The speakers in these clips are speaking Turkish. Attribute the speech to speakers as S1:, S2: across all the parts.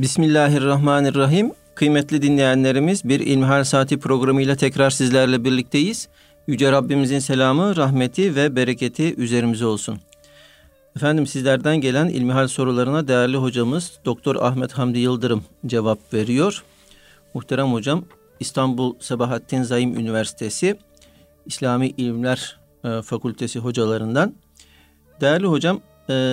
S1: Bismillahirrahmanirrahim. Kıymetli dinleyenlerimiz, bir İlmihal Saati programıyla tekrar sizlerle birlikteyiz. Yüce Rabbimizin selamı, rahmeti ve bereketi üzerimize olsun. Efendim, sizlerden gelen İlmihal sorularına değerli hocamız Doktor Ahmet Hamdi Yıldırım cevap veriyor. Muhterem hocam, İstanbul Sabahattin Zaim Üniversitesi İslami İlimler Fakültesi hocalarından. Değerli hocam,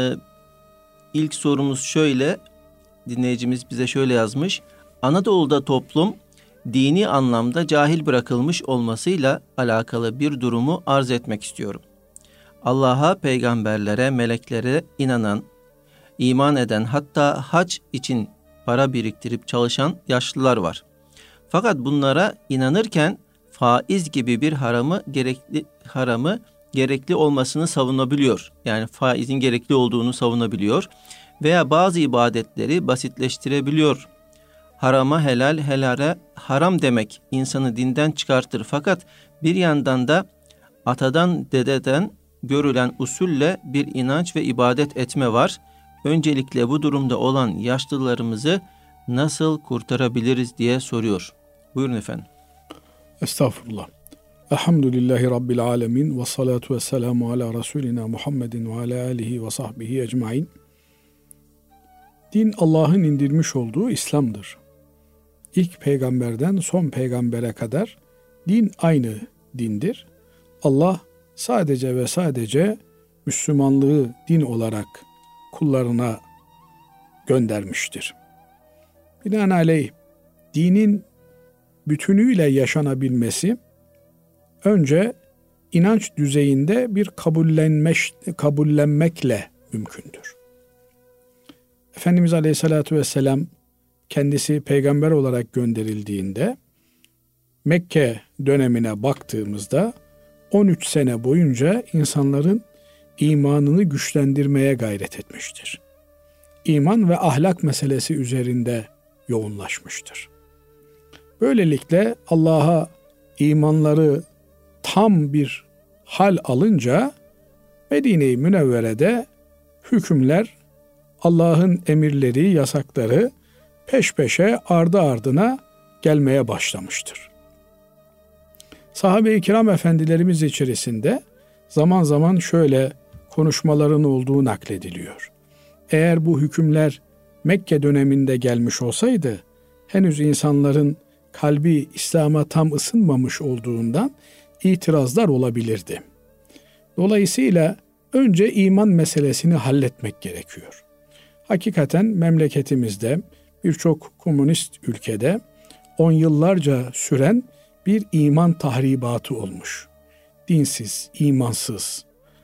S1: ilk sorumuz şöyle, dinleyicimiz bize şöyle yazmış. Anadolu'da toplum dini anlamda cahil bırakılmış olmasıyla alakalı bir durumu arz etmek istiyorum. Allah'a, peygamberlere, meleklere inanan, iman eden, hatta hac için para biriktirip çalışan yaşlılar var. Fakat bunlara inanırken faiz gibi bir haramı gerekli olmasını savunabiliyor. Yani faizin gerekli olduğunu savunabiliyor. Veya bazı ibadetleri basitleştirebiliyor. Harama helal, helale haram demek insanı dinden çıkartır. Fakat bir yandan da atadan, dededen görülen usulle bir inanç ve ibadet etme var. Öncelikle bu durumda olan yaşlılarımızı nasıl kurtarabiliriz diye soruyor. Buyurun efendim.
S2: Estağfurullah. Elhamdülillahi Rabbil alemin ve salatu ve selamu ala Resulina Muhammedin ve ala alihi ve sahbihi ecmain. Din Allah'ın indirmiş olduğu İslam'dır. İlk peygamberden son peygambere kadar din aynı dindir. Allah sadece ve sadece Müslümanlığı din olarak kullarına göndermiştir. Binaenaleyh dinin bütünüyle yaşanabilmesi önce inanç düzeyinde bir kabullenmekle mümkündür. Efendimiz Aleyhisselatü Vesselam kendisi peygamber olarak gönderildiğinde Mekke dönemine baktığımızda 13 sene boyunca insanların imanını güçlendirmeye gayret etmiştir. İman ve ahlak meselesi üzerinde yoğunlaşmıştır. Böylelikle Allah'a imanları tam bir hal alınca Medine-i Münevvere'de hükümler, Allah'ın emirleri, yasakları peş peşe ardı ardına gelmeye başlamıştır. Sahabe-i kiram efendilerimiz içerisinde zaman zaman şöyle konuşmaların olduğu naklediliyor. Eğer bu hükümler Mekke döneminde gelmiş olsaydı, henüz insanların kalbi İslam'a tam ısınmamış olduğundan itirazlar olabilirdi. Dolayısıyla önce iman meselesini halletmek gerekiyor. Hakikaten memleketimizde birçok komünist ülkede 10 yıllarca süren bir iman tahribatı olmuş. Dinsiz, imansız,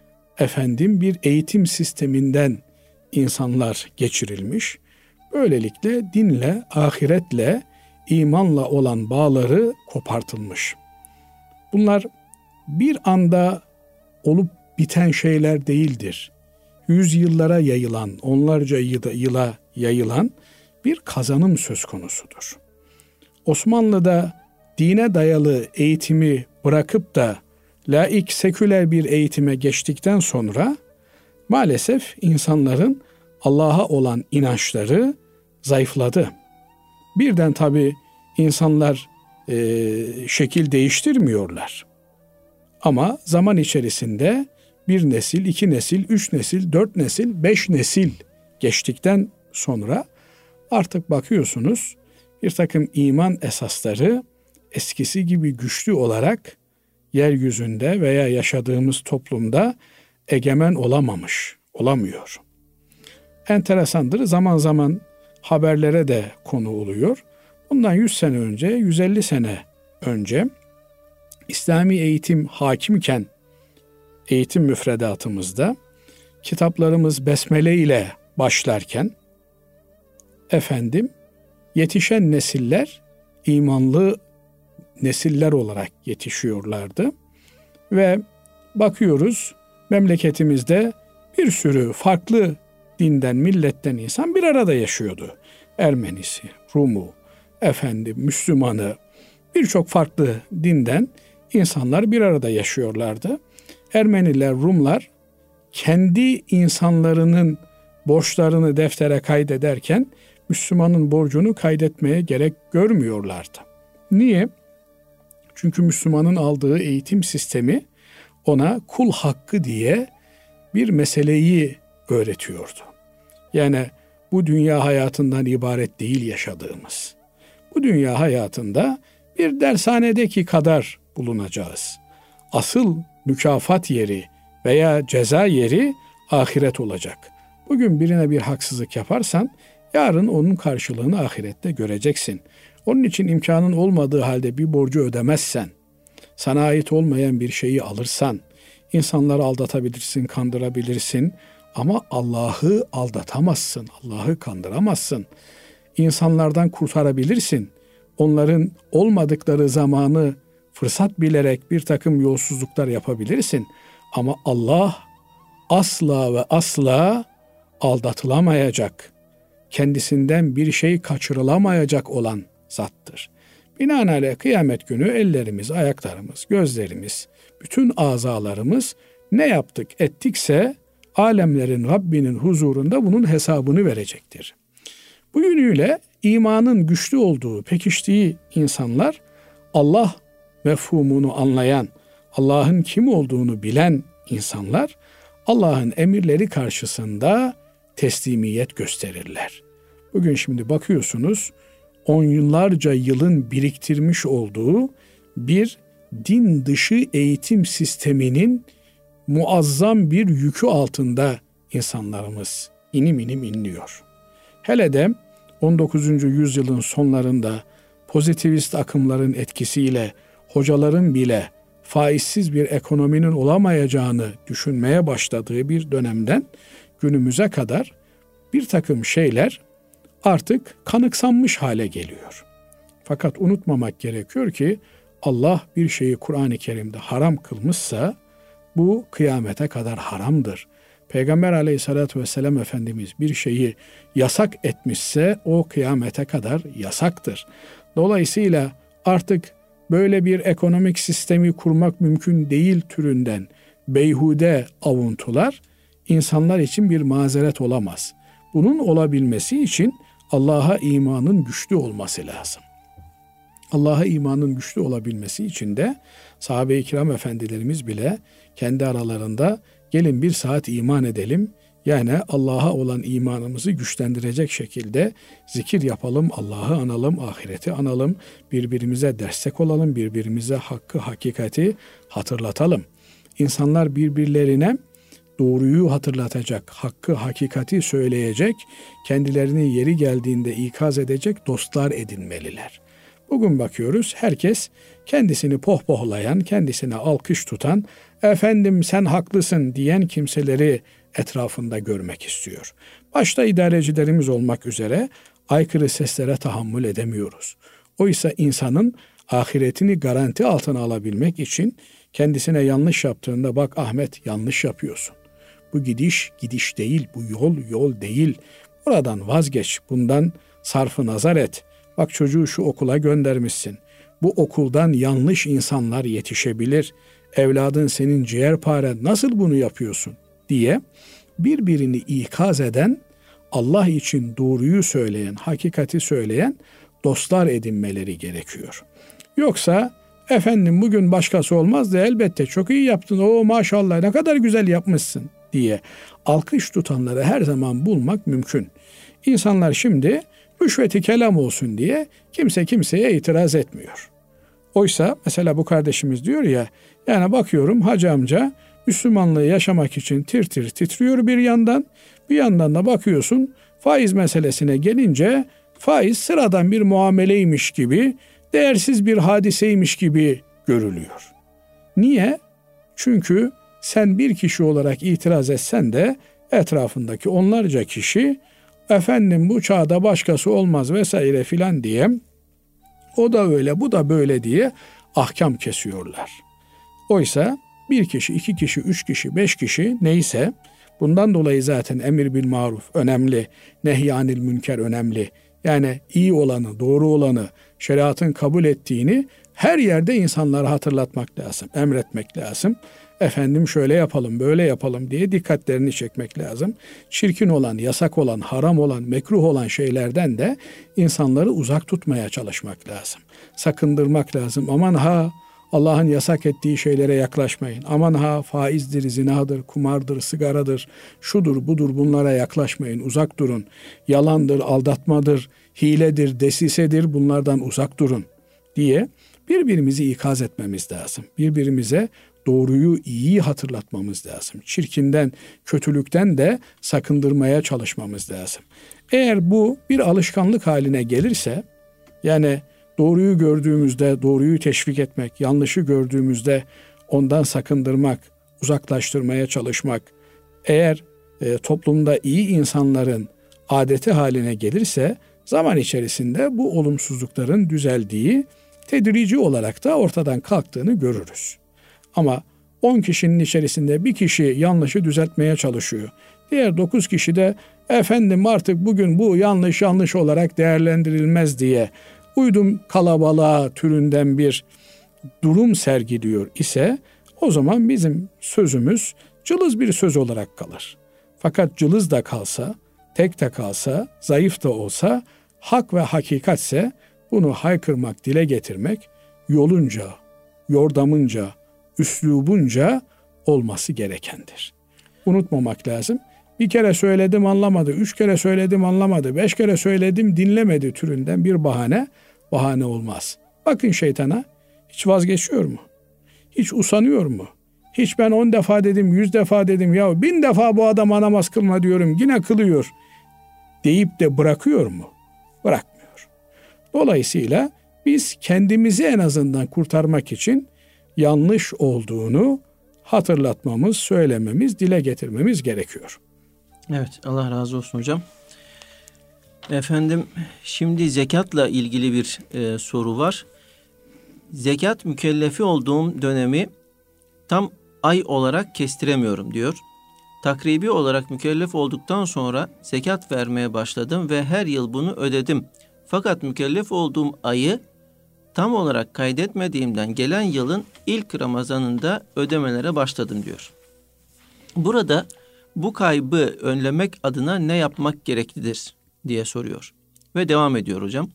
S2: bir eğitim sisteminden insanlar geçirilmiş. Böylelikle dinle, ahiretle, imanla olan bağları kopartılmış. Bunlar bir anda olup biten şeyler değildir. Yüzyıllara yayılan, onlarca yıla yayılan bir kazanım söz konusudur. Osmanlı'da dine dayalı eğitimi bırakıp da laik, seküler bir eğitime geçtikten sonra maalesef insanların Allah'a olan inançları zayıfladı. Birden tabii insanlar şekil değiştirmiyorlar. Ama zaman içerisinde bir nesil, 2 nesil, 3 nesil, 4 nesil, 5 nesil geçtikten sonra artık bakıyorsunuz bir takım iman esasları eskisi gibi güçlü olarak yeryüzünde veya yaşadığımız toplumda egemen olamıyor. Enteresandır, zaman zaman haberlere de konu oluyor. Bundan 100 sene önce, 150 sene önce İslami eğitim hakimken eğitim müfredatımızda kitaplarımız besmele ile başlarken yetişen nesiller imanlı nesiller olarak yetişiyorlardı. Ve bakıyoruz memleketimizde bir sürü farklı dinden, milletten insan bir arada yaşıyordu. Ermenisi, Rumu, Müslümanı, birçok farklı dinden insanlar bir arada yaşıyorlardı. Ermeniler, Rumlar kendi insanlarının borçlarını deftere kaydederken Müslümanın borcunu kaydetmeye gerek görmüyorlardı. Niye? Çünkü Müslümanın aldığı eğitim sistemi ona kul hakkı diye bir meseleyi öğretiyordu. Yani bu dünya hayatından ibaret değil yaşadığımız. Bu dünya hayatında bir dershanedeki kadar bulunacağız. Asıl mükafat yeri veya ceza yeri ahiret olacak. Bugün birine bir haksızlık yaparsan yarın onun karşılığını ahirette göreceksin. Onun için imkanın olmadığı halde bir borcu ödemezsen, sana ait olmayan bir şeyi alırsan, insanları aldatabilirsin, kandırabilirsin ama Allah'ı aldatamazsın, Allah'ı kandıramazsın. İnsanlardan kurtarabilirsin. Onların olmadıkları zamanı fırsat bilerek bir takım yolsuzluklar yapabilirsin. Ama Allah asla ve asla aldatılamayacak, kendisinden bir şey kaçırılamayacak olan zattır. Binaenaleyh kıyamet günü ellerimiz, ayaklarımız, gözlerimiz, bütün azalarımız ne yaptık ettikse alemlerin Rabbinin huzurunda bunun hesabını verecektir. Bu yönüyle imanın güçlü olduğu, pekiştiği insanlar Allah mefhumunu anlayan, Allah'ın kim olduğunu bilen insanlar Allah'ın emirleri karşısında teslimiyet gösterirler. Bugün şimdi bakıyorsunuz onlarca yılın biriktirmiş olduğu bir din dışı eğitim sisteminin muazzam bir yükü altında insanlarımız inim inim inliyor. Hele de 19. yüzyılın sonlarında pozitivist akımların etkisiyle hocaların bile faizsiz bir ekonominin olamayacağını düşünmeye başladığı bir dönemden günümüze kadar bir takım şeyler artık kanıksanmış hale geliyor. Fakat unutmamak gerekiyor ki Allah bir şeyi Kur'an-ı Kerim'de haram kılmışsa bu kıyamete kadar haramdır. Peygamber aleyhissalatü vesselam Efendimiz bir şeyi yasak etmişse o kıyamete kadar yasaktır. Dolayısıyla artık böyle bir ekonomik sistemi kurmak mümkün değil türünden beyhude avuntular insanlar için bir mazeret olamaz. Bunun olabilmesi için Allah'a imanın güçlü olması lazım. Allah'a imanın güçlü olabilmesi için de sahabe-i kiram efendilerimiz bile kendi aralarında gelin bir saat iman edelim. Yani Allah'a olan imanımızı güçlendirecek şekilde zikir yapalım, Allah'ı analım, ahireti analım, birbirimize destek olalım, birbirimize hakkı, hakikati hatırlatalım. İnsanlar birbirlerine doğruyu hatırlatacak, hakkı, hakikati söyleyecek, kendilerini yeri geldiğinde ikaz edecek dostlar edinmeliler. Bugün bakıyoruz herkes kendisini pohpohlayan, kendisine alkış tutan, efendim sen haklısın diyen kimseleri etrafında görmek istiyor. Başta idarecilerimiz olmak üzere aykırı seslere tahammül edemiyoruz. Oysa insanın ahiretini garanti altına alabilmek için kendisine yanlış yaptığında bak Ahmet yanlış yapıyorsun. Bu gidiş gidiş değil, bu yol değil. Buradan vazgeç, bundan sarfı nazar et. Bak çocuğu şu okula göndermişsin. Bu okuldan yanlış insanlar yetişebilir. Evladın senin ciğerparen nasıl bunu yapıyorsun diye birbirini ikaz eden, Allah için doğruyu söyleyen, hakikati söyleyen dostlar edinmeleri gerekiyor. Yoksa efendim bugün başkası olmaz da elbette çok iyi yaptın, o maşallah ne kadar güzel yapmışsın diye alkış tutanları her zaman bulmak mümkün. İnsanlar şimdi rüşveti kelam olsun diye kimse kimseye itiraz etmiyor. Oysa mesela bu kardeşimiz diyor ya, yani bakıyorum hacı amca Müslümanlığı yaşamak için tir tir titriyor bir yandan da bakıyorsun faiz meselesine gelince faiz sıradan bir muameleymiş gibi, değersiz bir hadiseymiş gibi görülüyor. Niye? Çünkü sen bir kişi olarak itiraz etsen de etrafındaki onlarca kişi efendim bu çağda başkası olmaz vesaire filan diye, o da öyle bu da böyle diye ahkam kesiyorlar. Oysa bir kişi, iki kişi, üç kişi, beş kişi neyse, bundan dolayı zaten emir bil maruf önemli, nehyanil münker önemli. Yani iyi olanı, doğru olanı, şeriatın kabul ettiğini her yerde insanlara hatırlatmak lazım, emretmek lazım. efendim şöyle yapalım, böyle yapalım diye dikkatlerini çekmek lazım. Çirkin olan, yasak olan, haram olan, mekruh olan şeylerden de insanları uzak tutmaya çalışmak lazım. Sakındırmak lazım. Aman ha, Allah'ın yasak ettiği şeylere yaklaşmayın. Aman ha, faizdir, zinadır, kumardır, sigaradır, şudur, budur, bunlara yaklaşmayın. Uzak durun. Yalandır, aldatmadır, hiledir, desisedir, bunlardan uzak durun diye birbirimizi ikaz etmemiz lazım. Birbirimize doğruyu, iyiyi hatırlatmamız lazım. Çirkinden, kötülükten de sakındırmaya çalışmamız lazım. Eğer bu bir alışkanlık haline gelirse, yani doğruyu gördüğümüzde doğruyu teşvik etmek, yanlışı gördüğümüzde ondan sakındırmak, uzaklaştırmaya çalışmak, eğer toplumda iyi insanların adeti haline gelirse, zaman içerisinde bu olumsuzlukların düzeldiği, tedrici olarak da ortadan kalktığını görürüz. Ama 10 kişinin içerisinde bir kişi yanlışı düzeltmeye çalışıyor. Diğer 9 kişi de efendim artık bugün bu yanlış olarak değerlendirilmez diye uydum kalabalığa türünden bir durum sergiliyor ise o zaman bizim sözümüz cılız bir söz olarak kalır. Fakat cılız da kalsa, tek de kalsa, zayıf da olsa, hak ve hakikatse bunu haykırmak, dile getirmek yolunca, yordamınca, üslubunca olması gerekendir. Unutmamak lazım. Bir kere söyledim anlamadı, 3 kere söyledim anlamadı, 5 kere söyledim dinlemedi türünden bir bahane olmaz. Bakın şeytana, hiç vazgeçiyor mu? Hiç usanıyor mu? Hiç ben 10 defa dedim, 100 defa dedim, ya 1000 defa bu adama namaz kılma diyorum, yine kılıyor deyip de bırakıyor mu? Bırakmıyor. Dolayısıyla biz kendimizi en azından kurtarmak için yanlış olduğunu hatırlatmamız, söylememiz, dile getirmemiz gerekiyor.
S1: Evet, Allah razı olsun hocam. Efendim, şimdi zekatla ilgili bir soru var. Zekat mükellefi olduğum dönemi tam ay olarak kestiremiyorum diyor. Takribi olarak mükellef olduktan sonra zekat vermeye başladım ve her yıl bunu ödedim. Fakat mükellef olduğum ayı tam olarak kaydetmediğimden gelen yılın ilk Ramazanında ödemelere başladım diyor. Burada bu kaybı önlemek adına ne yapmak gereklidir diye soruyor. Ve devam ediyor hocam.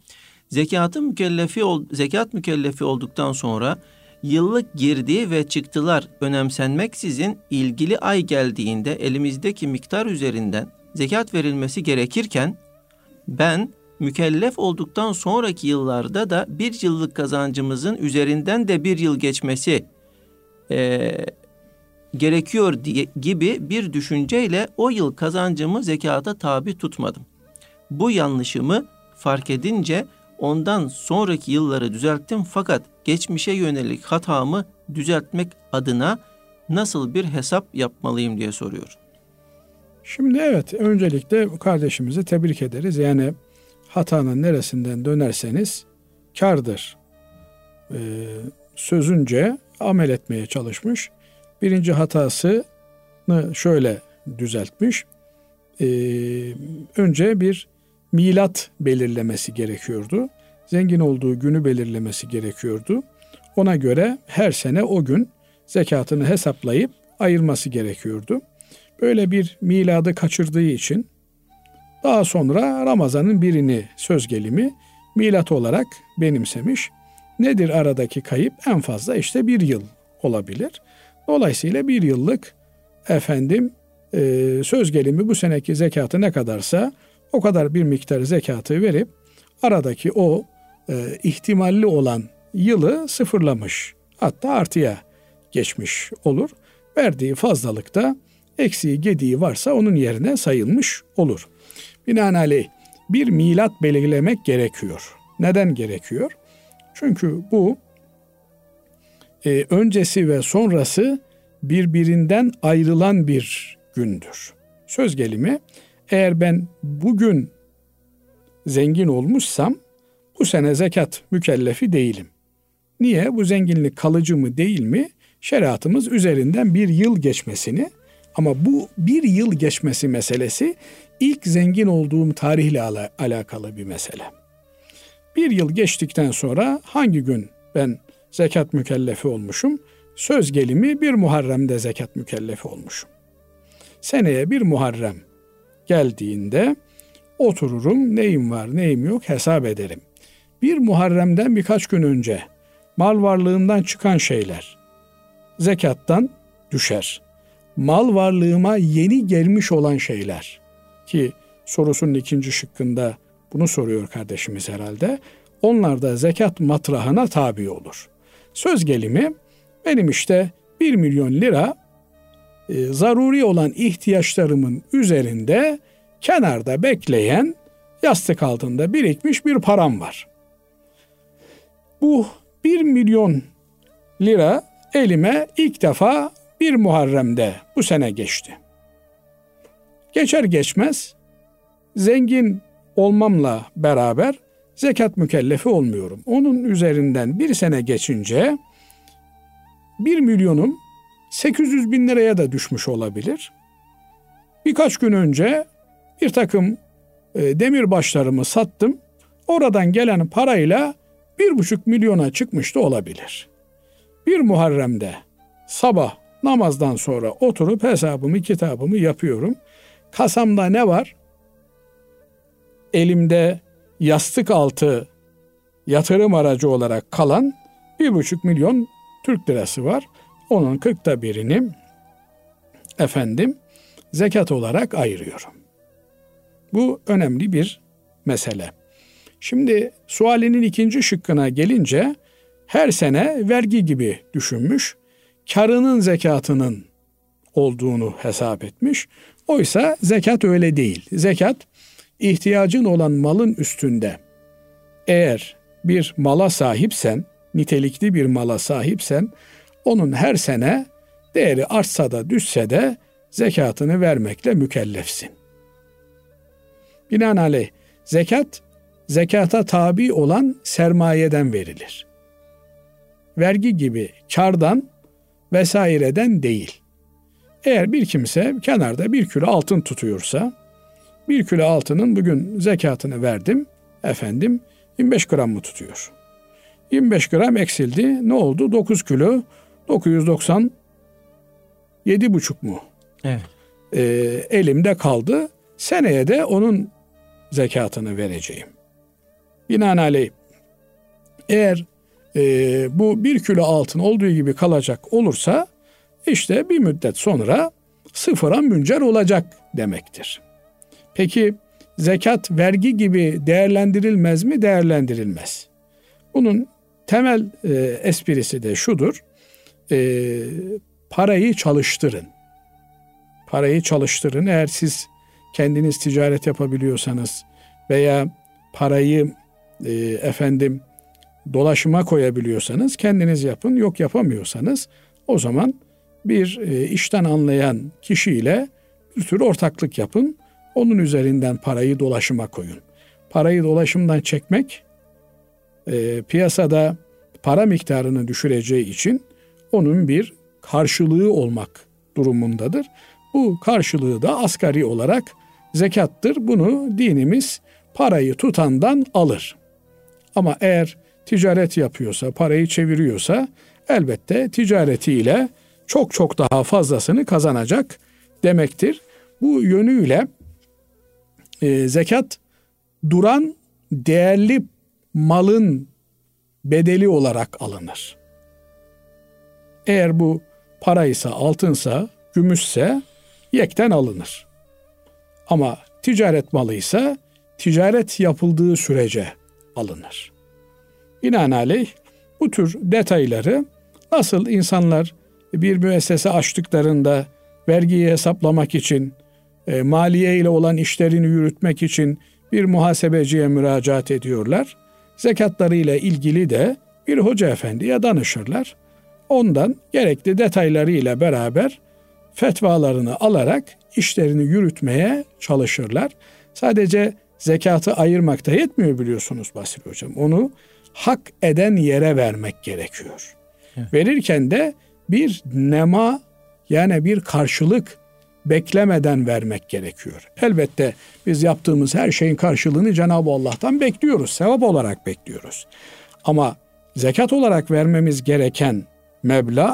S1: Zekat mükellefi olduktan sonra yıllık girdi ve çıktılar önemsenmeksizin ilgili ay geldiğinde elimizdeki miktar üzerinden zekat verilmesi gerekirken ben mükellef olduktan sonraki yıllarda da bir yıllık kazancımızın üzerinden de bir yıl geçmesi gerekiyor gibi bir düşünceyle o yıl kazancımı zekata tabi tutmadım. Bu yanlışımı fark edince ondan sonraki yılları düzelttim fakat geçmişe yönelik hatamı düzeltmek adına nasıl bir hesap yapmalıyım diye soruyor.
S2: Şimdi evet, öncelikle kardeşimizi tebrik ederiz. Yani hatanın neresinden dönerseniz kârdır. Sözünce amel etmeye çalışmış. Birinci hatasını şöyle düzeltmiş. Önce bir milat belirlemesi gerekiyordu. Zengin olduğu günü belirlemesi gerekiyordu. Ona göre her sene o gün zekatını hesaplayıp ayırması gerekiyordu. Böyle bir miladı kaçırdığı için daha sonra Ramazan'ın birini söz gelimi milat olarak benimsemiş. Nedir aradaki kayıp? En fazla işte bir yıl olabilir. Dolayısıyla bir yıllık söz gelimi bu seneki zekatı ne kadarsa o kadar bir miktar zekatı verip aradaki o ihtimalli olan yılı sıfırlamış, hatta artıya geçmiş olur. Verdiği fazlalıkta eksiği gediği varsa onun yerine sayılmış olur. Binaenaleyh bir milat belirlemek gerekiyor. Neden gerekiyor? Çünkü bu öncesi ve sonrası birbirinden ayrılan bir gündür. Söz gelimi, eğer ben bugün zengin olmuşsam bu sene zekat mükellefi değilim. Niye? Bu zenginlik kalıcı mı değil mi? Şeriatımız üzerinden bir yıl geçmesini, ama bu bir yıl geçmesi meselesi ilk zengin olduğum tarihle alakalı bir mesele. Bir yıl geçtikten sonra hangi gün ben zekat mükellefi olmuşum? söz gelimi bir Muharrem'de zekat mükellefi olmuşum. Seneye bir Muharrem geldiğinde otururum, neyim var neyim yok hesap ederim. Bir Muharrem'den birkaç gün önce mal varlığımdan çıkan şeyler zekattan düşer. Mal varlığıma yeni gelmiş olan şeyler, ki sorusunun ikinci şıkkında bunu soruyor kardeşimiz herhalde, onlar da zekat matrahına tabi olur. Söz gelimi benim işte 1 milyon lira zaruri olan ihtiyaçlarımın üzerinde kenarda bekleyen, yastık altında birikmiş bir param var. Bu 1 milyon lira elime ilk defa bir Muharrem'de bu sene geçti. Geçer geçmez zengin olmamla beraber zekat mükellefi olmuyorum. Onun üzerinden bir sene geçince 1 milyonum 800 bin liraya da düşmüş olabilir. Birkaç gün önce bir takım demirbaşlarımı sattım. Oradan gelen parayla 1,5 milyona çıkmış da olabilir. Bir Muharrem'de sabah namazdan sonra oturup hesabımı kitabımı yapıyorum. Kasamda ne var? Elimde yastık altı yatırım aracı olarak kalan 1,5 milyon Türk lirası var. Onun 40'ta birini zekat olarak ayırıyorum. Bu önemli bir mesele. Şimdi sualinin ikinci şıkkına gelince her sene vergi gibi düşünmüş, karının zekatının olduğunu hesap etmiş. Oysa zekat öyle değil. Zekat ihtiyacın olan malın üstünde eğer bir mala sahipsen, nitelikli bir mala sahipsen, onun her sene değeri artsa da düşse de zekatını vermekle mükellefsin. Binaenaleyh zekat, zekata tabi olan sermayeden verilir. Vergi gibi kardan vesaireden değil. Eğer bir kimse kenarda 1 kilo altın tutuyorsa, 1 kilo altının bugün zekatını verdim, 25 gram mı tutuyor? 25 gram eksildi, ne oldu? 9 kilo 997,5 mu?
S1: Evet.
S2: Elimde kaldı. Seneye de onun zekatını vereceğim. Binaenaleyh eğer bu 1 kilo altın olduğu gibi kalacak olursa işte bir müddet sonra sıfıra müncer olacak demektir. Peki zekat vergi gibi değerlendirilmez mi? Değerlendirilmez. Bunun temel esprisi de şudur. Parayı çalıştırın. Parayı çalıştırın. Eğer siz kendiniz ticaret yapabiliyorsanız veya parayı dolaşıma koyabiliyorsanız kendiniz yapın. Yok yapamıyorsanız o zaman bir işten anlayan kişiyle bir tür ortaklık yapın. Onun üzerinden parayı dolaşıma koyun. Parayı dolaşımdan çekmek piyasada para miktarını düşüreceği için onun bir karşılığı olmak durumundadır. Bu karşılığı da asgari olarak zekattır. Bunu dinimiz parayı tutandan alır. Ama eğer ticaret yapıyorsa, parayı çeviriyorsa elbette ticaretiyle çok çok daha fazlasını kazanacak demektir. Bu yönüyle zekat duran değerli malın bedeli olarak alınır. Eğer bu paraysa, altınsa, gümüşse yekten alınır. Ama ticaret malıysa ticaret yapıldığı sürece alınır. Binaenaleyh bu tür detayları nasıl insanlar bir müessese açtıklarında vergiyi hesaplamak için, maliye ile olan işlerini yürütmek için bir muhasebeciye müracaat ediyorlar. Zekatlarıyla ilgili de bir hoca efendiye danışırlar. Ondan gerekli detaylarıyla beraber fetvalarını alarak işlerini yürütmeye çalışırlar. Sadece zekatı ayırmakta yetmiyor biliyorsunuz Basri Hocam. Onu hak eden yere vermek gerekiyor. Evet. Verirken de bir nema, yani bir karşılık beklemeden vermek gerekiyor. Elbette biz yaptığımız her şeyin karşılığını Cenab-ı Allah'tan bekliyoruz. Sevap olarak bekliyoruz. Ama zekat olarak vermemiz gereken meblağ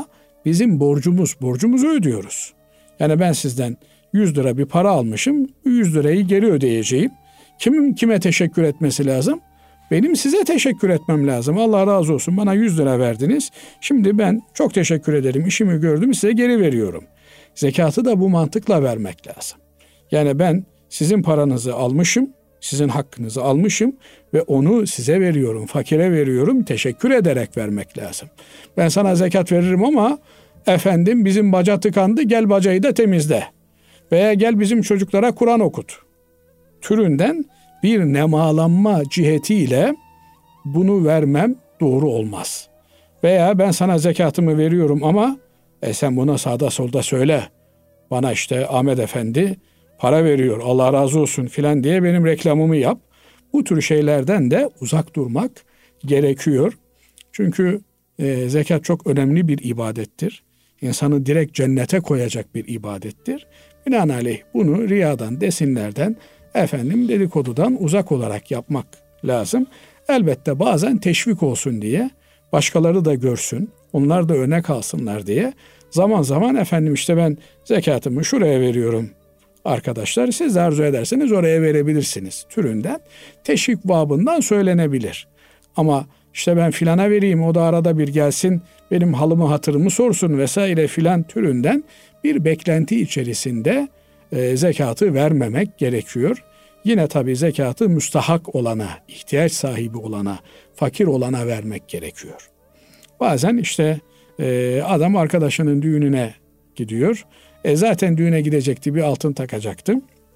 S2: bizim borcumuzu ödüyoruz. Yani ben sizden 100 lira bir para almışım, 100 lirayı geri ödeyeceğim. Kime teşekkür etmesi lazım? Benim size teşekkür etmem lazım. Allah razı olsun, bana 100 lira verdiniz. Şimdi ben çok teşekkür ederim, işimi gördüm, size geri veriyorum. Zekatı da bu mantıkla vermek lazım. Yani ben sizin paranızı almışım, sizin hakkınızı almışım ve onu size veriyorum, fakire veriyorum, teşekkür ederek vermek lazım. Ben sana zekat veririm ama efendim bizim baca tıkandı, gel bacayı da temizle. Veya gel bizim çocuklara Kur'an okut türünden bir nemalanma cihetiyle bunu vermem doğru olmaz. Veya ben sana zekatımı veriyorum ama sen buna sağda solda söyle. Bana işte Ahmet Efendi para veriyor, Allah razı olsun filan diye benim reklamımı yap. Bu tür şeylerden de uzak durmak gerekiyor. Çünkü zekat çok önemli bir ibadettir. İnsanı direkt cennete koyacak bir ibadettir. Binaenaleyh bunu riyadan, desinlerden, dedikodudan uzak olarak yapmak lazım. Elbette bazen teşvik olsun diye, başkaları da görsün, onlar da örnek alsınlar diye zaman zaman işte ben zekatımı şuraya veriyorum arkadaşlar, siz de arzu ederseniz oraya verebilirsiniz türünden teşvik babından söylenebilir. Ama işte ben filana vereyim, o da arada bir gelsin benim halımı hatırımı sorsun vesaire filan türünden bir beklenti içerisinde zekatı vermemek gerekiyor. Yine tabii zekatı müstahak olana, ihtiyaç sahibi olana, fakir olana vermek gerekiyor. Bazen adam arkadaşının düğününe gidiyor. Zaten düğüne gidecekti, bir altın takacaktı.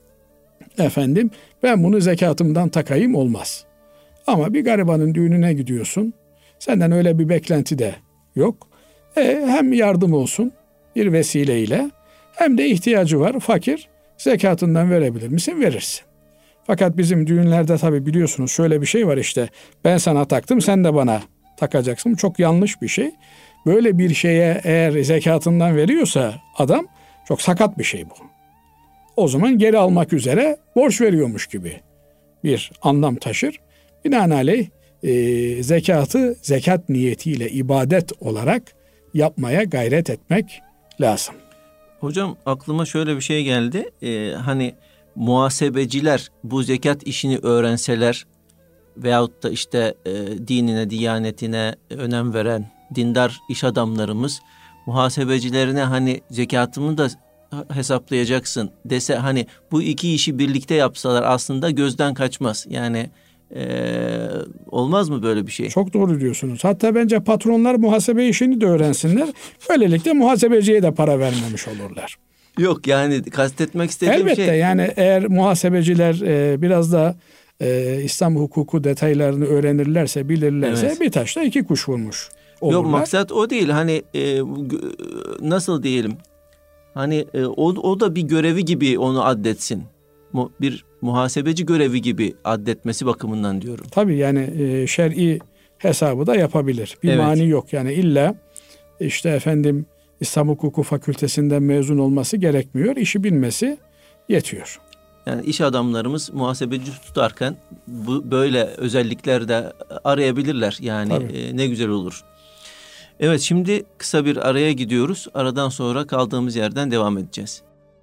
S2: Ben bunu zekatımdan takayım olmaz. Ama bir garibanın düğününe gidiyorsun. Senden öyle bir beklenti de yok. Hem yardım olsun bir vesileyle, hem de ihtiyacı var fakir. Zekatından verebilir misin? Verirsin. Fakat bizim düğünlerde tabii biliyorsunuz şöyle bir şey var ben sana taktım, sen de bana takacaksın. Çok yanlış bir şey. Böyle bir şeye eğer zekatından veriyorsa adam, çok sakat bir şey bu. O zaman geri almak üzere borç veriyormuş gibi bir anlam taşır. Binaenaleyh zekatı zekat niyetiyle ibadet olarak yapmaya gayret etmek lazım.
S1: Hocam aklıma şöyle bir şey geldi. Muhasebeciler bu zekat işini öğrenseler veyahut da dinine, diyanetine önem veren dindar iş adamlarımız muhasebecilerine zekatımı da hesaplayacaksın dese, bu iki işi birlikte yapsalar aslında gözden kaçmaz. Olmaz mı böyle bir şey?
S2: Çok doğru diyorsunuz. Hatta bence patronlar muhasebe işini de öğrensinler. Böylelikle muhasebeciye de para vermemiş olurlar.
S1: Yok, kastetmek istediğim
S2: elbette, eğer muhasebeciler biraz da İslam hukuku detaylarını öğrenirlerse, bilirlerse, evet, bir taşla iki kuş vurmuş olurlar.
S1: Yok, maksat o değil. Nasıl diyelim? O da bir görevi gibi onu addetsin. Bir muhasebeci görevi gibi addetmesi bakımından diyorum.
S2: Tabii şer'i hesabı da yapabilir. Bir mani yok. İlla İslam Hukuku Fakültesinden mezun olması gerekmiyor. İşi bilmesi yetiyor.
S1: İş adamlarımız muhasebeci tutarken böyle özellikler de arayabilirler. Ne güzel olur. Evet, şimdi kısa bir araya gidiyoruz. Aradan sonra kaldığımız yerden devam edeceğiz.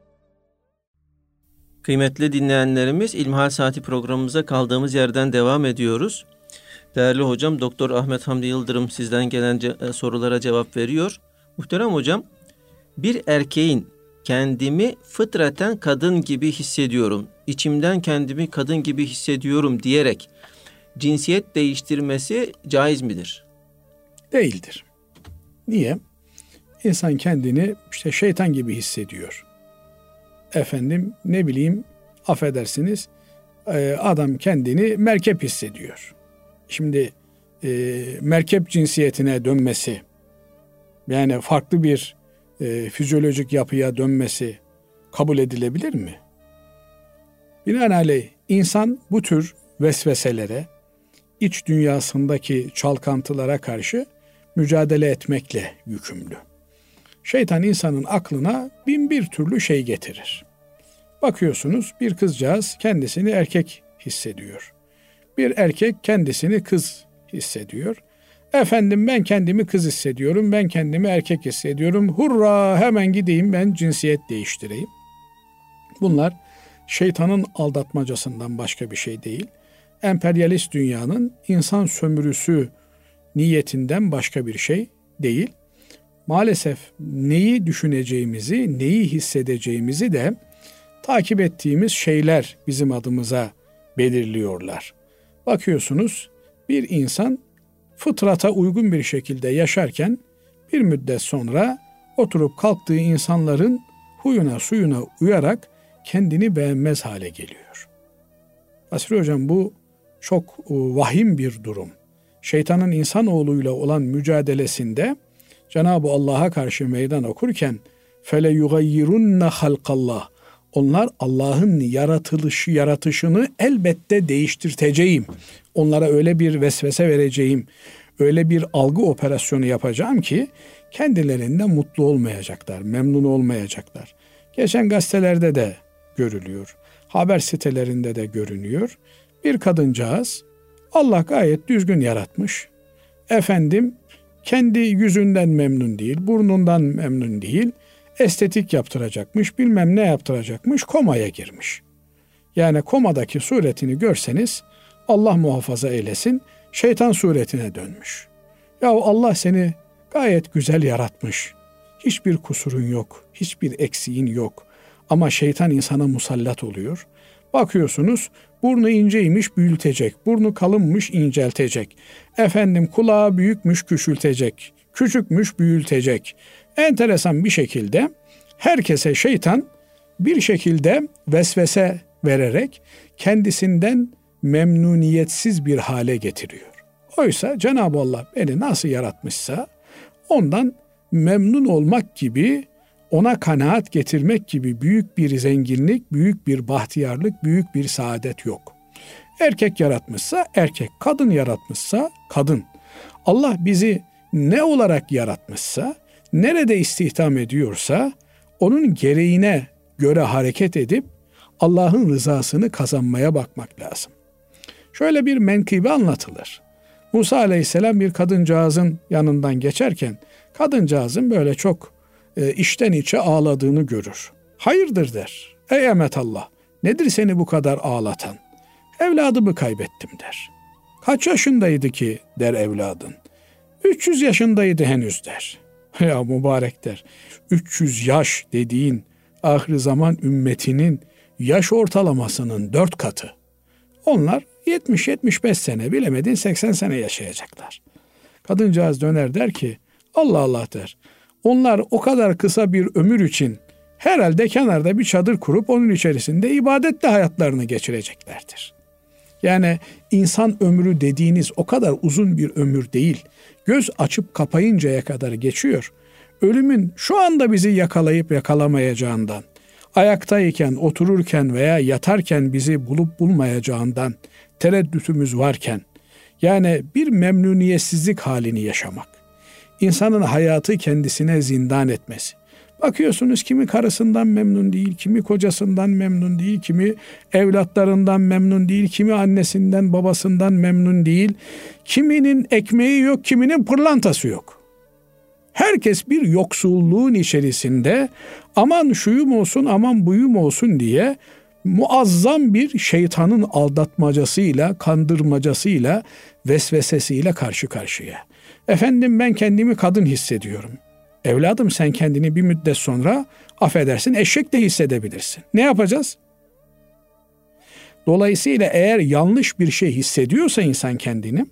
S1: Kıymetli dinleyenlerimiz, İlmihal Saati programımıza kaldığımız yerden devam ediyoruz. Değerli hocam Doktor Ahmet Hamdi Yıldırım sizden gelen sorulara cevap veriyor. Muhterem hocam, bir erkeğin kendimi fıtraten kadın gibi hissediyorum, içimden kendimi kadın gibi hissediyorum diyerek cinsiyet değiştirmesi caiz midir?
S2: Değildir. Niye? İnsan kendini şeytan gibi hissediyor. Affedersiniz, adam kendini merkep hissediyor. Şimdi merkep cinsiyetine dönmesi, farklı bir fizyolojik yapıya dönmesi kabul edilebilir mi? Binaenaleyh insan bu tür vesveselere, iç dünyasındaki çalkantılara karşı mücadele etmekle yükümlü. Şeytan insanın aklına bin bir türlü şey getirir. Bakıyorsunuz, bir kızcağız kendisini erkek hissediyor. Bir erkek kendisini kız hissediyor. Efendim ben kendimi kız hissediyorum, ben kendimi erkek hissediyorum. Hurra hemen gideyim ben cinsiyet değiştireyim. Bunlar şeytanın aldatmacasından başka bir şey değil. Emperyalist dünyanın insan sömürüsü niyetinden başka bir şey değil. Maalesef neyi düşüneceğimizi, neyi hissedeceğimizi de takip ettiğimiz şeyler bizim adımıza belirliyorlar. Bakıyorsunuz bir insan fıtrata uygun bir şekilde yaşarken bir müddet sonra oturup kalktığı insanların huyuna suyuna uyarak kendini beğenmez hale geliyor. Basri Hocam bu çok vahim bir durum. Şeytanın insanoğluyla olan mücadelesinde Cenab-ı Allah'a karşı meydan okurken fele yugayyirunne halkallah, onlar Allah'ın yaratışını elbette değiştirteceğim. Onlara öyle bir vesvese vereceğim, öyle bir algı operasyonu yapacağım ki kendilerinden mutlu olmayacaklar, memnun olmayacaklar. Geçen gazetelerde de görülüyor, haber sitelerinde de görünüyor. Bir kadıncağız Allah gayet düzgün yaratmış. Efendim kendi yüzünden memnun değil, burnundan memnun değil. Estetik yaptıracakmış, bilmem ne yaptıracakmış, komaya girmiş. Yani komadaki suretini görseniz Allah muhafaza eylesin, şeytan suretine dönmüş. Ya Allah seni gayet güzel yaratmış. Hiçbir kusurun yok, hiçbir eksiğin yok. Ama şeytan insana musallat oluyor. Bakıyorsunuz burnu inceymiş büyütecek, burnu kalınmış inceltecek. Efendim kulağı büyükmüş küçültecek, küçükmüş büyültecek. Enteresan bir şekilde herkese şeytan bir şekilde vesvese vererek kendisinden memnuniyetsiz bir hale getiriyor. Oysa Cenab-ı Allah beni nasıl yaratmışsa ondan memnun olmak gibi, ona kanaat getirmek gibi büyük bir zenginlik, büyük bir bahtiyarlık, büyük bir saadet yok. Erkek yaratmışsa erkek, kadın yaratmışsa kadın. Allah bizi ne olarak yaratmışsa, nerede istihdam ediyorsa onun gereğine göre hareket edip Allah'ın rızasını kazanmaya bakmak lazım. Şöyle bir menkıbe anlatılır. Musa Aleyhisselam bir kadıncağızın yanından geçerken kadıncağızın böyle çok içten içe ağladığını görür. Hayırdır der. Ey emetallah, nedir seni bu kadar ağlatan? Evladımı kaybettim der. Kaç yaşındaydı ki der evladın. 300 yaşındaydı henüz der. Ya mübarek der. 300 yaş dediğin ahir zaman ümmetinin yaş ortalamasının 4 katı. Onlar 70-75 sene, bilemedin 80 sene yaşayacaklar. Kadıncağız döner der ki Allah Allah der. Onlar o kadar kısa bir ömür için herhalde kenarda bir çadır kurup onun içerisinde ibadetle hayatlarını geçireceklerdir. Yani insan ömrü dediğiniz o kadar uzun bir ömür değil. Göz açıp kapayıncaya kadar geçiyor. Ölümün şu anda bizi yakalayıp yakalamayacağından, ayaktayken, otururken veya yatarken bizi bulup bulmayacağından tereddütümüz varken, yani bir memnuniyetsizlik halini yaşamak, insanın hayatı kendisine zindan etmesi. Bakıyorsunuz kimi karısından memnun değil, kimi kocasından memnun değil, kimi evlatlarından memnun değil, kimi annesinden babasından memnun değil, kiminin ekmeği yok, kiminin pırlantası yok. Herkes bir yoksulluğun içerisinde aman şuyum olsun, aman buyum olsun diye muazzam bir şeytanın aldatmacasıyla, kandırmacasıyla, vesvesesiyle karşı karşıya. Efendim ben kendimi kadın hissediyorum. Evladım sen kendini bir müddet sonra affedersin eşek de hissedebilirsin. Ne yapacağız? Dolayısıyla eğer yanlış bir şey hissediyorsa insan kendini,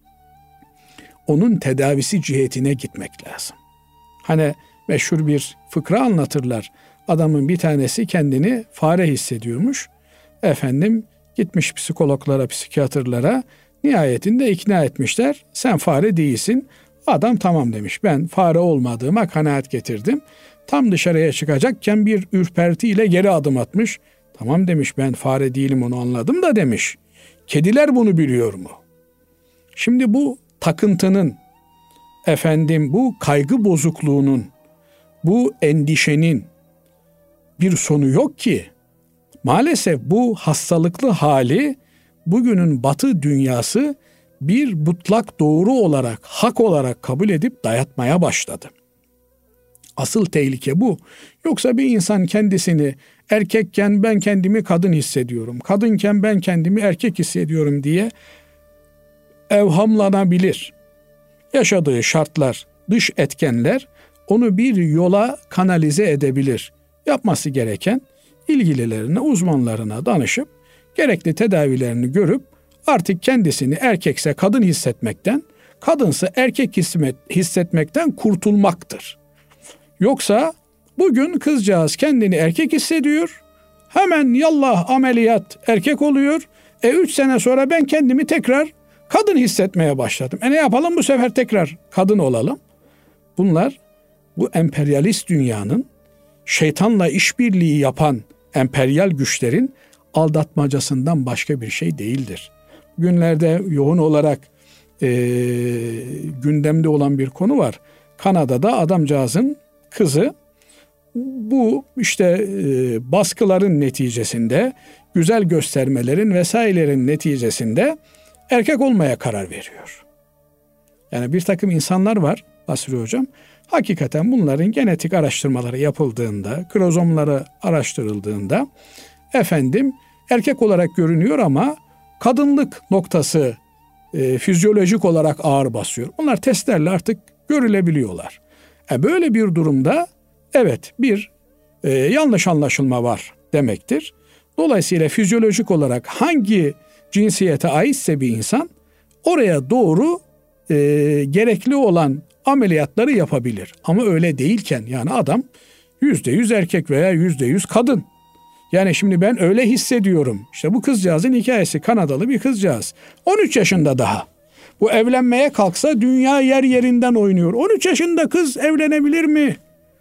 S2: onun tedavisi cihetine gitmek lazım. Hani meşhur bir fıkra anlatırlar. Adamın bir tanesi kendini fare hissediyormuş. Efendim gitmiş psikologlara, psikiyatrlara, nihayetinde ikna etmişler. Sen fare değilsin. Adam tamam demiş. Ben fare olmadığıma kanaat getirdim. Tam dışarıya çıkacakken bir ürpertiyle geri adım atmış. Tamam demiş, ben fare değilim, onu anladım da demiş. Kediler bunu biliyor mu? Şimdi bu takıntının, efendim bu kaygı bozukluğunun, bu endişenin bir sonu yok ki. Maalesef bu hastalıklı hali bugünün Batı dünyası bir mutlak doğru olarak, hak olarak kabul edip dayatmaya başladı. Asıl tehlike bu. Yoksa bir insan kendisini erkekken ben kendimi kadın hissediyorum, kadınken ben kendimi erkek hissediyorum diye evhamlanabilir. Yaşadığı şartlar, dış etkenler onu bir yola kanalize edebilir. Yapması gereken ilgililerine, uzmanlarına danışıp gerekli tedavilerini görüp artık kendisini erkekse kadın hissetmekten, kadınsa erkek hissetmekten kurtulmaktır. Yoksa bugün kızcağız kendini erkek hissediyor, hemen yallah ameliyat erkek oluyor. 3 sene sonra ben kendimi tekrar kadın hissetmeye başladım. Ne yapalım bu sefer tekrar kadın olalım. Bunlar bu emperyalist dünyanın, şeytanla işbirliği yapan emperyal güçlerin aldatmacasından başka bir şey değildir. Günlerde yoğun olarak gündemde olan bir konu var. Kanada'da adamcağızın kızı bu baskıların neticesinde, güzel göstermelerin vesairelerin neticesinde erkek olmaya karar veriyor. Yani bir takım insanlar var Basri Hocam. Hakikaten bunların genetik araştırmaları yapıldığında, kromozomları araştırıldığında erkek olarak görünüyor ama kadınlık noktası fizyolojik olarak ağır basıyor. Bunlar testlerle artık görülebiliyorlar. Böyle bir durumda evet bir yanlış anlaşılma var demektir. Dolayısıyla fizyolojik olarak hangi cinsiyete aitse bir insan oraya doğru gerekli olan ameliyatları yapabilir. Ama öyle değilken yani adam %100 erkek veya %100 kadın. Yani şimdi ben öyle hissediyorum. İşte bu kızcağızın hikayesi, Kanadalı bir kızcağız. 13 yaşında daha. Bu evlenmeye kalksa dünya yer yerinden oynuyor. 13 yaşında kız evlenebilir mi?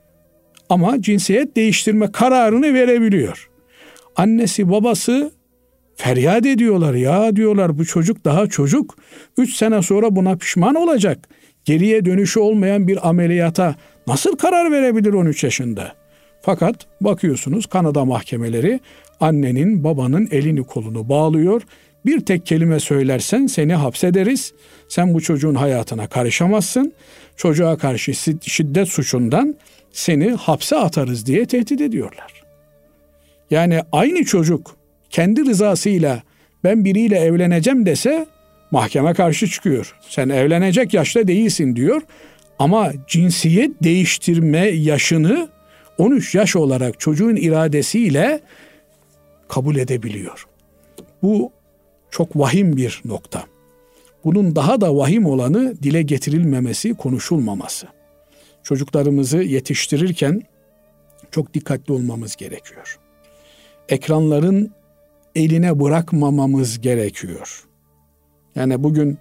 S2: Ama cinsiyet değiştirme kararını verebiliyor. Annesi babası feryat ediyorlar. Ya diyorlar bu çocuk daha çocuk. 3 sene sonra buna pişman olacak. Geriye dönüşü olmayan bir ameliyata nasıl karar verebilir 13 yaşında? Fakat bakıyorsunuz Kanada mahkemeleri annenin babanın elini kolunu bağlıyor. Bir tek kelime söylersen seni hapsederiz. Sen bu çocuğun hayatına karışamazsın. Çocuğa karşı şiddet suçundan seni hapse atarız diye tehdit ediyorlar. Yani aynı çocuk kendi rızasıyla ben biriyle evleneceğim dese mahkeme karşı çıkıyor. Sen evlenecek yaşta değilsin diyor. Ama cinsiyet değiştirme yaşını 13 yaş olarak çocuğun iradesiyle kabul edebiliyor. Bu çok vahim bir nokta. Bunun daha da vahim olanı dile getirilmemesi, konuşulmaması. Çocuklarımızı yetiştirirken çok dikkatli olmamız gerekiyor. Ekranların eline bırakmamamız gerekiyor. Yani bugün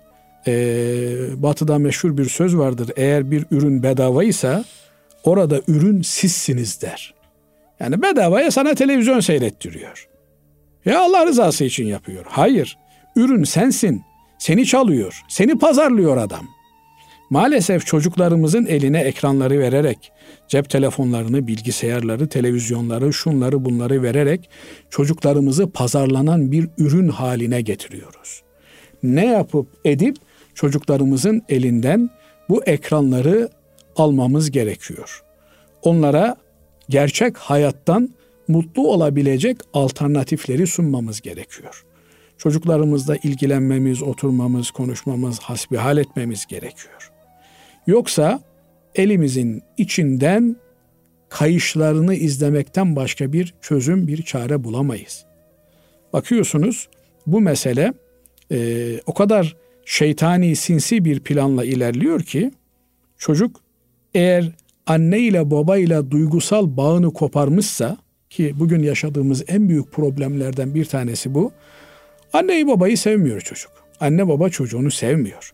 S2: Batı'da meşhur bir söz vardır. Eğer bir ürün bedavaysa orada ürün sizsiniz der. Yani bedavaya sana televizyon seyrettiriyor. Ya Allah rızası için yapıyor. Hayır, ürün sensin. Seni çalıyor, seni pazarlıyor adam. Maalesef çocuklarımızın eline ekranları vererek, cep telefonlarını, bilgisayarları, televizyonları, şunları bunları vererek çocuklarımızı pazarlanan bir ürün haline getiriyoruz. Ne yapıp edip çocuklarımızın elinden bu ekranları almamız gerekiyor. Onlara gerçek hayattan mutlu olabilecek alternatifleri sunmamız gerekiyor. Çocuklarımızla ilgilenmemiz, oturmamız, konuşmamız, hasbihal etmemiz gerekiyor. Yoksa elimizin içinden kayışlarını izlemekten başka bir çözüm, bir çare bulamayız. Bakıyorsunuz bu mesele o kadar şeytani, sinsi bir planla ilerliyor ki çocuk eğer anne ile baba ile duygusal bağını koparmışsa, ki bugün yaşadığımız en büyük problemlerden bir tanesi bu. Anneyi babayı sevmiyor çocuk. Anne baba çocuğunu sevmiyor.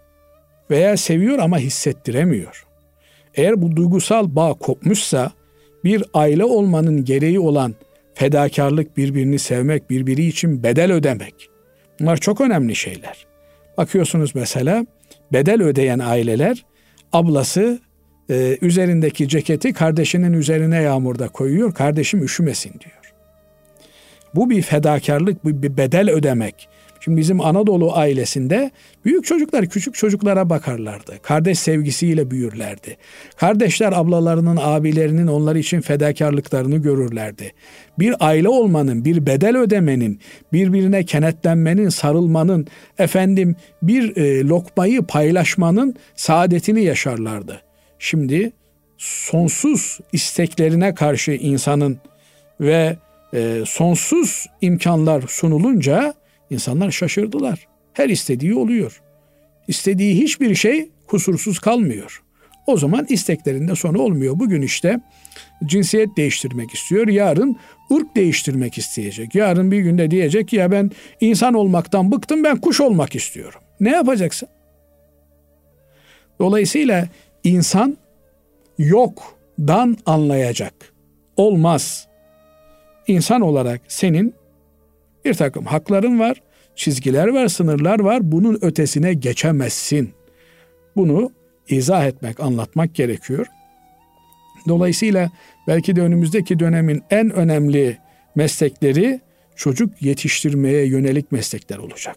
S2: Veya seviyor ama hissettiremiyor. Eğer bu duygusal bağ kopmuşsa bir aile olmanın gereği olan fedakarlık, birbirini sevmek, birbiri için bedel ödemek. Bunlar çok önemli şeyler. Bakıyorsunuz mesela bedel ödeyen aileler ablası üzerindeki ceketi kardeşinin üzerine yağmurda koyuyor. Kardeşim üşümesin diyor. Bu bir fedakarlık, bir bedel ödemek. Şimdi bizim Anadolu ailesinde büyük çocuklar küçük çocuklara bakarlardı. Kardeş sevgisiyle büyürlerdi. Kardeşler ablalarının, abilerinin onlar için fedakarlıklarını görürlerdi. Bir aile olmanın, bir bedel ödemenin, birbirine kenetlenmenin, sarılmanın, bir lokmayı paylaşmanın saadetini yaşarlardı. Şimdi sonsuz isteklerine karşı insanın ve sonsuz imkanlar sunulunca insanlar şaşırdılar. Her istediği oluyor. İstediği hiçbir şey kusursuz kalmıyor. O zaman isteklerinde sonu olmuyor. Bugün işte cinsiyet değiştirmek istiyor. Yarın ırk değiştirmek isteyecek. Yarın bir günde diyecek ki ya ben insan olmaktan bıktım, ben kuş olmak istiyorum. Ne yapacaksın? Dolayısıyla insan yoktan anlayacak. Olmaz. İnsan olarak senin bir takım hakların var, çizgiler var, sınırlar var. Bunun ötesine geçemezsin. Bunu izah etmek, anlatmak gerekiyor. Dolayısıyla belki de önümüzdeki dönemin en önemli meslekleri çocuk yetiştirmeye yönelik meslekler olacak.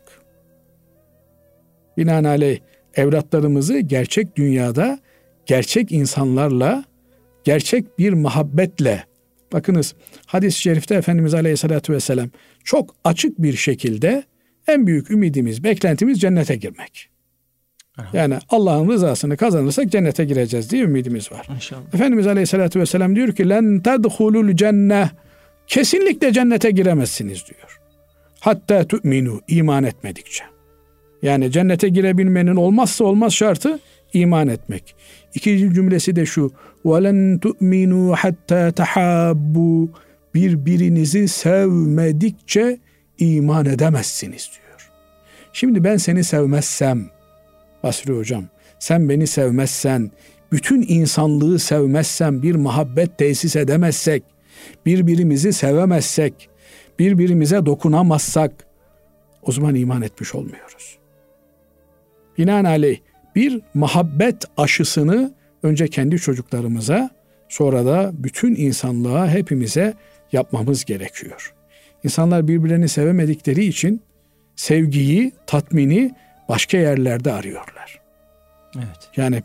S2: Binaenaleyh evlatlarımızı gerçek dünyada, gerçek insanlarla, gerçek bir muhabbetle, bakınız hadis-i şerifte Efendimiz Aleyhisselatü Vesselam çok açık bir şekilde en büyük ümidimiz, beklentimiz cennete girmek. Yani Allah'ın rızasını kazanırsak cennete gireceğiz diye ümidimiz var.
S1: İnşallah.
S2: Efendimiz Aleyhisselatü Vesselam diyor ki len tedhulul cenneh, kesinlikle cennete giremezsiniz diyor. Hatta tu'minu, iman etmedikçe. Yani cennete girebilmenin olmazsa olmaz şartı iman etmek. İkinci cümlesi de şu: وَلَنْ تُؤْمِنُوا حَتَّى تَحَابُّوا, birbirinizi sevmedikçe iman edemezsiniz diyor. Şimdi ben seni sevmezsem, Basri Hocam, sen beni sevmezsen, bütün insanlığı sevmezsem, bir muhabbet tesis edemezsek, birbirimizi sevemezsek, birbirimize dokunamazsak, o zaman iman etmiş olmuyoruz. Binaenaleyh bir muhabbet aşısını önce kendi çocuklarımıza, sonra da bütün insanlığa, hepimize yapmamız gerekiyor. İnsanlar birbirlerini sevemedikleri için sevgiyi, tatmini başka yerlerde arıyorlar.
S1: Evet.
S2: Yani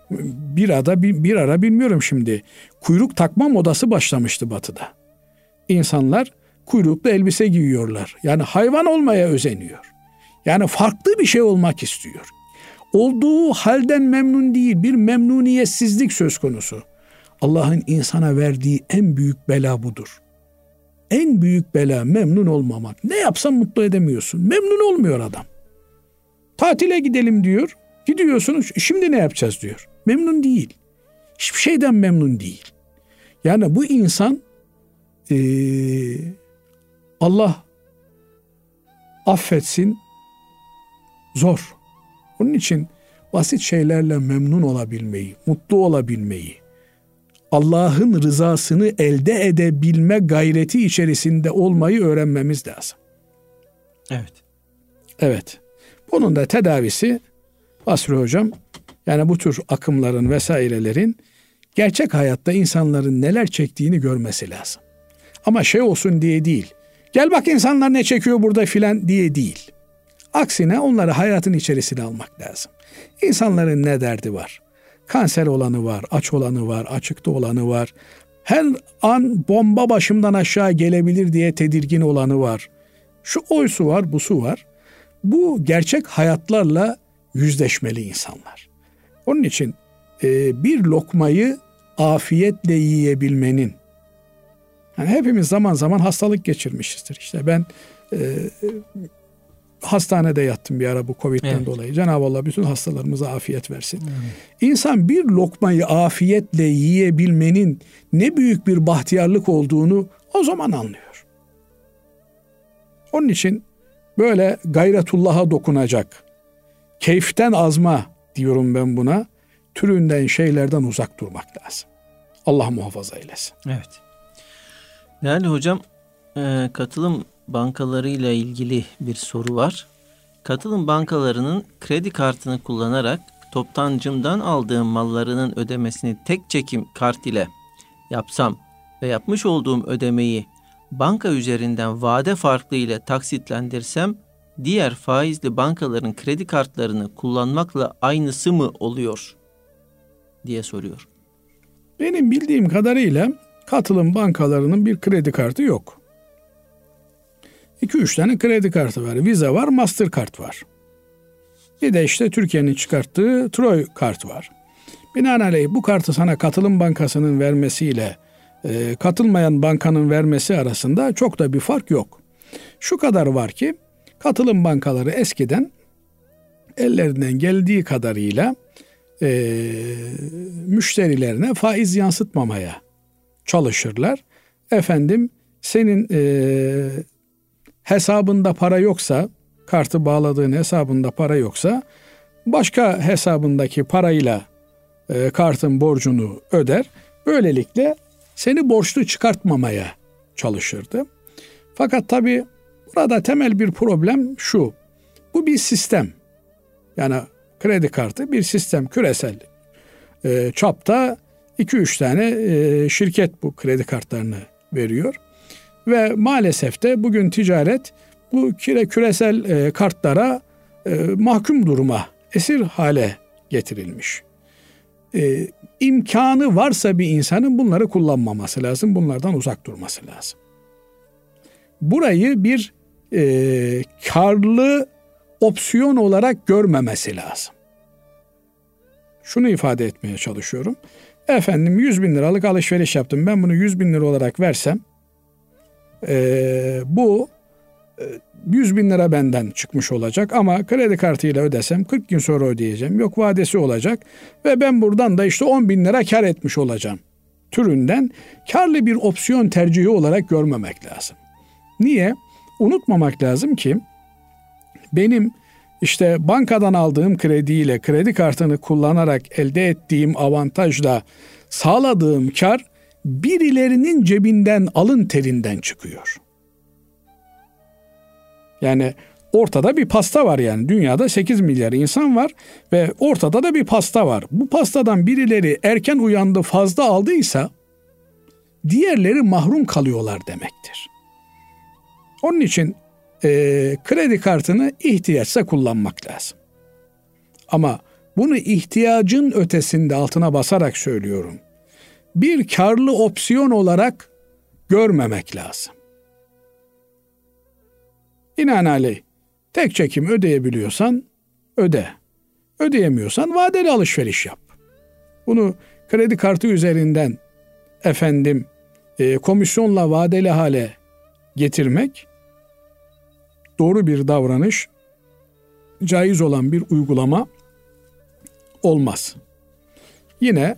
S2: bir ara bilmiyorum şimdi, kuyruk takma modası başlamıştı Batı'da. İnsanlar kuyruklu elbise giyiyorlar. Yani hayvan olmaya özeniyor. Yani farklı bir şey olmak istiyor. Olduğu halden memnun değil, bir memnuniyetsizlik söz konusu. Allah'ın insana verdiği en büyük bela budur. En büyük bela memnun olmamak. Ne yapsan mutlu edemiyorsun. Memnun olmuyor adam. Tatile gidelim diyor. Gidiyorsunuz, şimdi ne yapacağız diyor. Memnun değil. Hiçbir şeyden memnun değil. Yani bu insan Allah affetsin, zor. Onun için basit şeylerle memnun olabilmeyi, mutlu olabilmeyi, Allah'ın rızasını elde edebilme gayreti içerisinde olmayı öğrenmemiz lazım.
S1: Evet.
S2: Evet. Bunun da tedavisi Basri Hocam, yani bu tür akımların vesairelerin gerçek hayatta insanların neler çektiğini görmesi lazım. Ama şey olsun diye değil. Gel bak insanlar ne çekiyor burada filan diye değil. Aksine onları hayatın içerisine almak lazım. İnsanların ne derdi var? Kanser olanı var, aç olanı var, açıkta olanı var. Her an bomba başımdan aşağı gelebilir diye tedirgin olanı var. Şu oysu var, busu var. Bu gerçek hayatlarla yüzleşmeli insanlar. Onun için bir lokmayı afiyetle yiyebilmenin, yani hepimiz zaman zaman hastalık geçirmişizdir. İşte ben hastanede yattım bir ara bu Covid'den dolayı. Cenab-ı Allah bütün hastalarımıza afiyet versin. İnsan bir lokmayı afiyetle yiyebilmenin ne büyük bir bahtiyarlık olduğunu o zaman anlıyor. Onun için böyle gayretullah'a dokunacak, keyiften azma diyorum ben buna, türünden şeylerden uzak durmak lazım. Allah muhafaza eylesin.
S1: Evet. Değerli hocam, katılım bankalarıyla ilgili bir soru var. Katılım bankalarının kredi kartını kullanarak toptancımdan aldığım mallarının ödemesini tek çekim kart ile yapsam ve yapmış olduğum ödemeyi banka üzerinden vade farklı ile taksitlendirsem diğer faizli bankaların kredi kartlarını kullanmakla aynısı mı oluyor diye soruyor.
S2: Benim bildiğim kadarıyla katılım bankalarının bir kredi kartı yok. 2-3 tane kredi kartı var. Visa var, Mastercard var. Bir de işte Türkiye'nin çıkarttığı Troy kart var. Binaenaleyh bu kartı sana katılım bankasının vermesiyle katılmayan bankanın vermesi arasında çok da bir fark yok. Şu kadar var ki katılım bankaları eskiden ellerinden geldiği kadarıyla müşterilerine faiz yansıtmamaya çalışırlar. Efendim senin hesabında para yoksa, kartı bağladığın hesabında para yoksa başka hesabındaki parayla kartın borcunu öder. Böylelikle seni borçlu çıkartmamaya çalışırdı. Fakat tabii burada temel bir problem şu. Bu bir sistem. Yani kredi kartı bir sistem, küresel çapta 2-3 tane şirket bu kredi kartlarını veriyor. Ve maalesef de bugün ticaret bu küresel kartlara mahkum duruma, esir hale getirilmiş. İmkanı varsa bir insanın bunları kullanmaması lazım, bunlardan uzak durması lazım. Burayı bir karlı opsiyon olarak görmemesi lazım. Şunu ifade etmeye çalışıyorum. Efendim 100 bin liralık alışveriş yaptım. Ben bunu 100 bin lira olarak versem bu 100 bin lira benden çıkmış olacak ama kredi kartıyla ödesem 40 gün sonra ödeyeceğim. Yok vadesi olacak ve ben buradan da işte 10 bin lira kar etmiş olacağım türünden karlı bir opsiyon tercihi olarak görmemek lazım. Niye? Unutmamak lazım ki benim işte bankadan aldığım krediyle kredi kartını kullanarak elde ettiğim avantajla sağladığım kar birilerinin cebinden alın terinden çıkıyor. Yani ortada bir pasta var yani. Dünyada 8 milyar insan var ve ortada da bir pasta var. Bu pastadan birileri erken uyandı, fazla aldıysa diğerleri mahrum kalıyorlar demektir. Onun için kredi kartını ihtiyaçsa kullanmak lazım. Ama bunu ihtiyacın ötesinde altına basarak söylüyorum. Bir karlı opsiyon olarak görmemek lazım. Binaenaleyh tek çekim ödeyebiliyorsan öde. Ödeyemiyorsan vadeli alışveriş yap. Bunu kredi kartı üzerinden komisyonla vadeli hale getirmek doğru bir davranış, caiz olan bir uygulama olmaz. Yine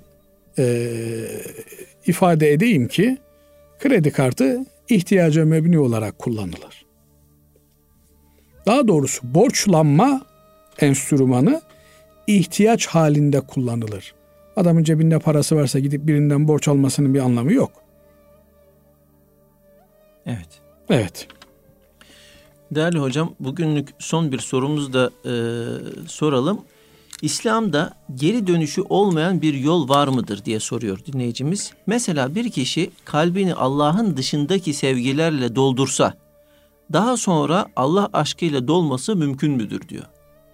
S2: ifade edeyim ki kredi kartı ihtiyaca mebni olarak kullanılır. Daha doğrusu borçlanma enstrümanı ihtiyaç halinde kullanılır. Adamın cebinde parası varsa gidip birinden borç almasının bir anlamı yok.
S1: Evet.
S2: Evet.
S1: Değerli hocam, bugünlük son bir sorumuzu da soralım. İslam'da geri dönüşü olmayan bir yol var mıdır diye soruyor dinleyicimiz. Mesela bir kişi kalbini Allah'ın dışındaki sevgilerle doldursa, daha sonra Allah aşkıyla dolması mümkün müdür diyor.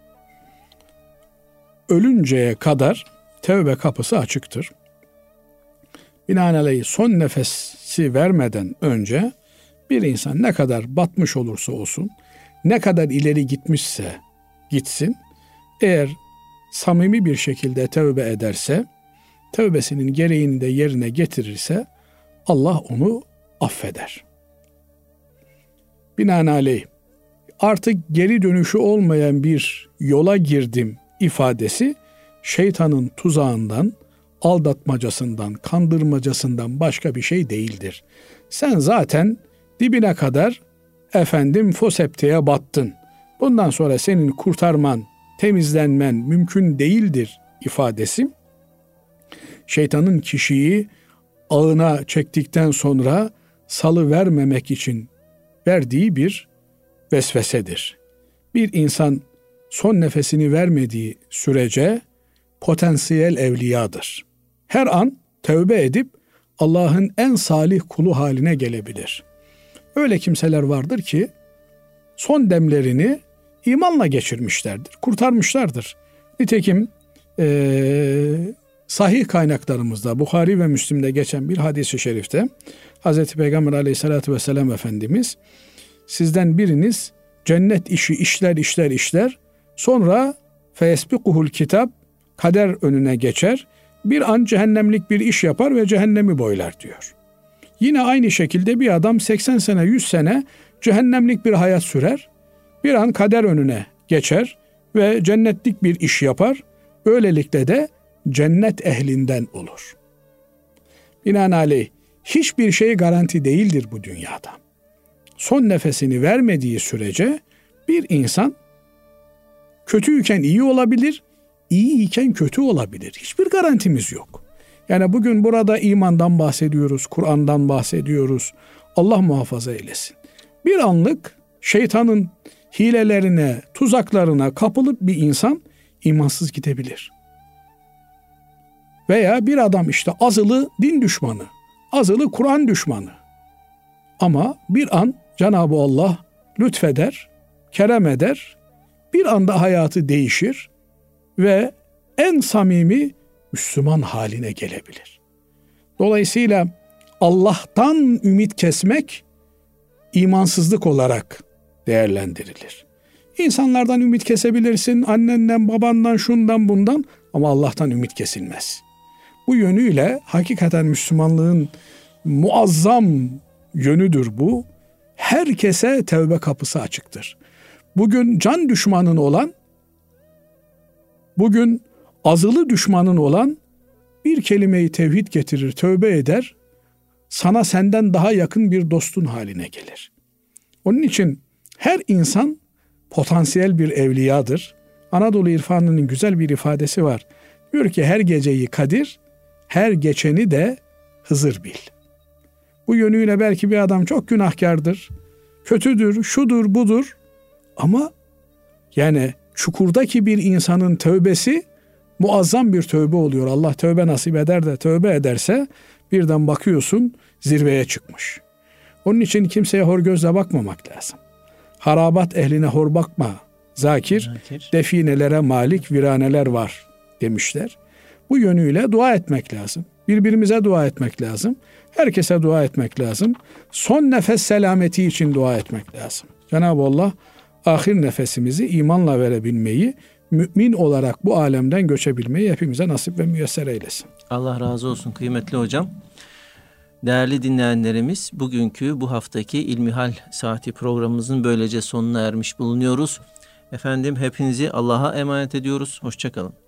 S2: Ölünceye kadar tevbe kapısı açıktır. Binaenaleyh son nefesi vermeden önce bir insan ne kadar batmış olursa olsun, ne kadar ileri gitmişse gitsin, eğer samimi bir şekilde tevbe ederse, tevbesinin gereğini de yerine getirirse Allah onu affeder. Binaenaleyh artık geri dönüşü olmayan bir yola girdim ifadesi şeytanın tuzağından, aldatmacasından, kandırmacasından başka bir şey değildir. Sen zaten dibine kadar fosepteye battın. Bundan sonra senin kurtarman, temizlenmen mümkün değildir ifadesi şeytanın kişiyi ağına çektikten sonra salıvermemek için verdiği bir vesvesedir. Bir insan son nefesini vermediği sürece potansiyel evliyadır. Her an tövbe edip Allah'ın en salih kulu haline gelebilir. Öyle kimseler vardır ki son demlerini imanla geçirmişlerdir, kurtarmışlardır. Nitekim sahih kaynaklarımızda Buhari ve Müslim'de geçen bir hadis-i şerifte Hazreti Peygamber Aleyhisselatü Vesselam Efendimiz, sizden biriniz cennet işi işler, sonra feyesbikuhul kitap, kader önüne geçer, bir an cehennemlik bir iş yapar ve cehennemi boylar diyor. Yine aynı şekilde bir adam 80 sene 100 sene cehennemlik bir hayat sürer, bir an kader önüne geçer ve cennetlik bir iş yapar, böylelikle de cennet ehlinden olur. Binaenaleyh hiçbir şey garanti değildir bu dünyada. Son nefesini vermediği sürece bir insan kötüyken iyi olabilir, iyiyken kötü olabilir. Hiçbir garantimiz yok. Yani bugün burada imandan bahsediyoruz, Kur'an'dan bahsediyoruz. Allah muhafaza eylesin. Bir anlık şeytanın hilelerine, tuzaklarına kapılıp bir insan imansız gidebilir. Veya bir adam işte azılı din düşmanı, azılı Kur'an düşmanı. Ama bir an Cenab-ı Allah lütfeder, kerem eder, bir anda hayatı değişir ve en samimi Müslüman haline gelebilir. Dolayısıyla Allah'tan ümit kesmek imansızlık olarak değerlendirilir. İnsanlardan ümit kesebilirsin, annenden, babandan, şundan, bundan, ama Allah'tan ümit kesilmez. Bu yönüyle hakikaten Müslümanlığın muazzam yönüdür bu. Herkese tevbe kapısı açıktır. Bugün can düşmanın olan, bugün azılı düşmanın olan bir kelimeyi tevhid getirir, tövbe eder, sana senden daha yakın bir dostun haline gelir. Onun için her insan potansiyel bir evliyadır. Anadolu irfanının güzel bir ifadesi var. Diyor ki her geceyi Kadir, her geçeni de Hızır bil. Bu yönüyle belki bir adam çok günahkardır, kötüdür, şudur, budur. Ama yani çukurdaki bir insanın tövbesi muazzam bir tövbe oluyor. Allah tövbe nasip eder de tövbe ederse birden bakıyorsun zirveye çıkmış. Onun için kimseye hor gözle bakmamak lazım. Harabat ehline hor bakma. Zakir, definelere malik viraneler var demişler. Bu yönüyle dua etmek lazım. Birbirimize dua etmek lazım. Herkese dua etmek lazım. Son nefes selameti için dua etmek lazım. Cenab-ı Allah ahir nefesimizi imanla verebilmeyi, mümin olarak bu alemden göçebilmeyi hepimize nasip ve müyesser eylesin.
S1: Allah razı olsun kıymetli hocam. Değerli dinleyenlerimiz, bugünkü bu haftaki İlmihal Saati programımızın böylece sonuna ermiş bulunuyoruz. Efendim hepinizi Allah'a emanet ediyoruz. Hoşça kalın.